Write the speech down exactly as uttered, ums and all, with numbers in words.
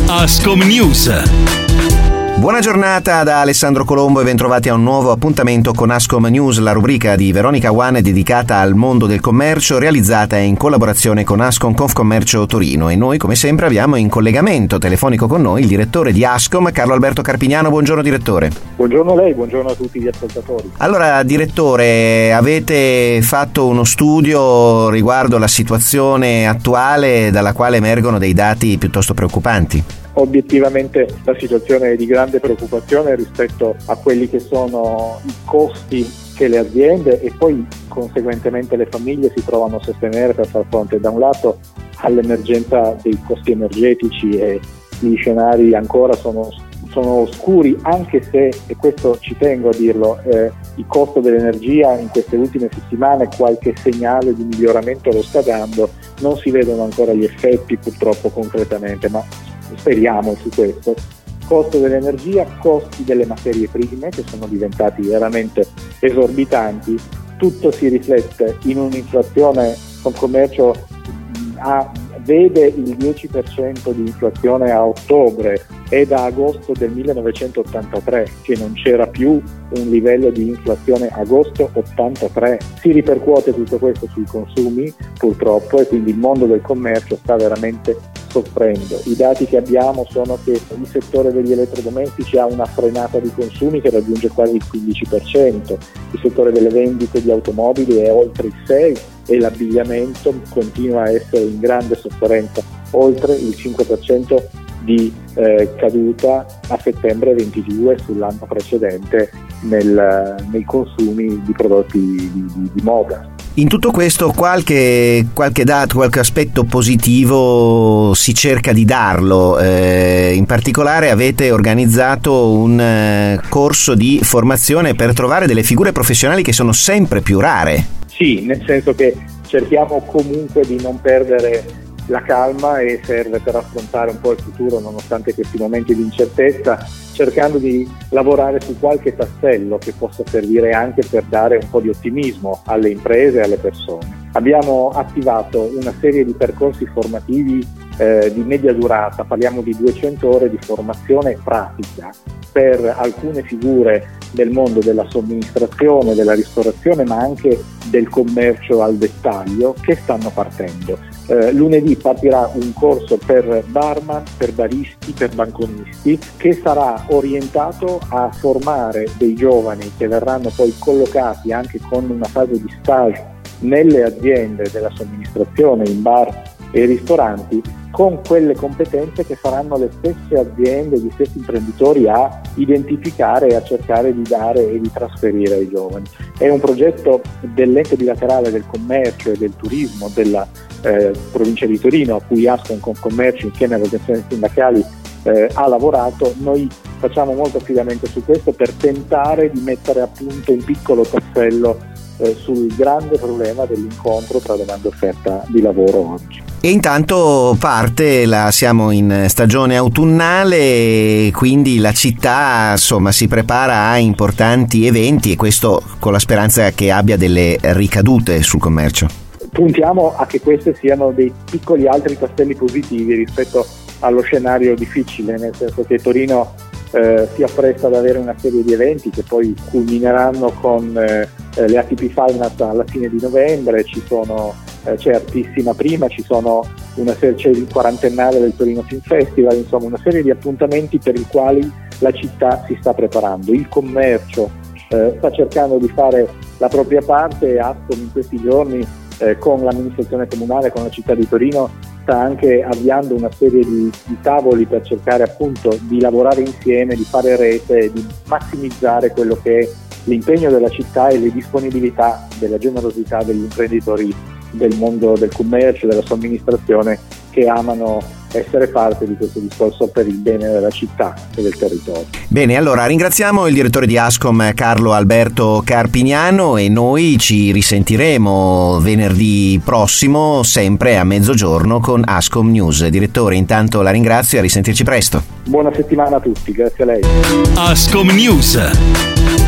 Ascom News. Buona giornata da Alessandro Colombo e bentrovati a un nuovo appuntamento con Ascom News, la rubrica di Veronica One dedicata al mondo del commercio, realizzata in collaborazione con Ascom Confcommercio Torino. E noi, come sempre, abbiamo in collegamento telefonico con noi il direttore di Ascom, Carlo Alberto Carpignano. Buongiorno direttore. Buongiorno a lei, buongiorno a tutti gli ascoltatori. Allora, direttore, avete fatto uno studio riguardo la situazione attuale dalla quale emergono dei dati piuttosto preoccupanti. Obiettivamente la situazione è di grande preoccupazione rispetto a quelli che sono i costi che le aziende e poi conseguentemente le famiglie si trovano a sostenere per far fronte da un lato all'emergenza dei costi energetici, e gli scenari ancora sono, sono oscuri, anche se, e questo ci tengo a dirlo, eh, il costo dell'energia in queste ultime settimane qualche segnale di miglioramento lo sta dando. Non si vedono ancora gli effetti purtroppo concretamente, ma speriamo su questo. Costo dell'energia, costi delle materie prime che sono diventati veramente esorbitanti, tutto si riflette in un'inflazione. Confcommercio ha, vede il dieci per cento di inflazione a ottobre, è da agosto del millenovecentottantatré che non c'era più un livello di inflazione. Agosto ottantatré. Si ripercuote tutto questo sui consumi purtroppo, e quindi il mondo del commercio sta veramente soffrendo. I dati che abbiamo sono che il settore degli elettrodomestici ha una frenata di consumi che raggiunge quasi il quindici per cento, il settore delle vendite di automobili è oltre il sei per cento e l'abbigliamento continua a essere in grande sofferenza, oltre il cinque per cento di eh, caduta a settembre ventidue sull'anno precedente nel, nei consumi di prodotti di, di, di moda. In tutto questo qualche, qualche dato, qualche aspetto positivo si cerca di darlo. Eh, in particolare avete organizzato un eh, corso di formazione per trovare delle figure professionali che sono sempre più rare. Sì, nel senso che cerchiamo comunque di non perdere la calma, e serve per affrontare un po' il futuro nonostante questi momenti di incertezza, cercando di lavorare su qualche tassello che possa servire anche per dare un po' di ottimismo alle imprese e alle persone. Abbiamo attivato una serie di percorsi formativi eh, di media durata, parliamo di duecento ore di formazione pratica per alcune figure del mondo della somministrazione, della ristorazione, ma anche del commercio al dettaglio, che stanno partendo. Eh, lunedì partirà un corso per barman, per baristi, per banconisti, che sarà orientato a formare dei giovani che verranno poi collocati anche con una fase di stage nelle aziende della somministrazione, in bar e ristoranti, con quelle competenze che faranno le stesse aziende, gli stessi imprenditori a identificare e a cercare di dare e di trasferire ai giovani. È un progetto dell'ente bilaterale del commercio e del turismo della eh, provincia di Torino, a cui Ascom Confcommercio insieme alle organizzazioni sindacali eh, ha lavorato. Noi facciamo molto affidamento su questo per tentare di mettere a punto un piccolo tassello eh, sul grande problema dell'incontro tra domanda e offerta di lavoro oggi. E intanto parte, la, siamo in stagione autunnale, quindi la città insomma si prepara a importanti eventi, e questo con la speranza che abbia delle ricadute sul commercio. Puntiamo a che questi siano dei piccoli altri tasselli positivi rispetto allo scenario difficile, nel senso che Torino eh, si appresta ad avere una serie di eventi che poi culmineranno con eh, le A T P Finals alla fine di novembre. Ci sono c'è Artissima Prima, ci sono una serie, c'è il quarantennale del Torino Film Festival, insomma una serie di appuntamenti per i quali la città si sta preparando. Il commercio eh, sta cercando di fare la propria parte, e Ascom in questi giorni eh, con l'amministrazione comunale, con la città di Torino, sta anche avviando una serie di, di tavoli per cercare appunto di lavorare insieme, di fare rete e di massimizzare quello che è l'impegno della città e le disponibilità della generosità degli imprenditori del mondo del commercio, della somministrazione, che amano essere parte di questo discorso per il bene della città e del territorio. Bene, allora ringraziamo il direttore di Ascom Carlo Alberto Carpignano, e noi ci risentiremo venerdì prossimo sempre a mezzogiorno con Ascom News. Direttore, intanto la ringrazio e a risentirci presto. Buona settimana a tutti, grazie a lei. Ascom News.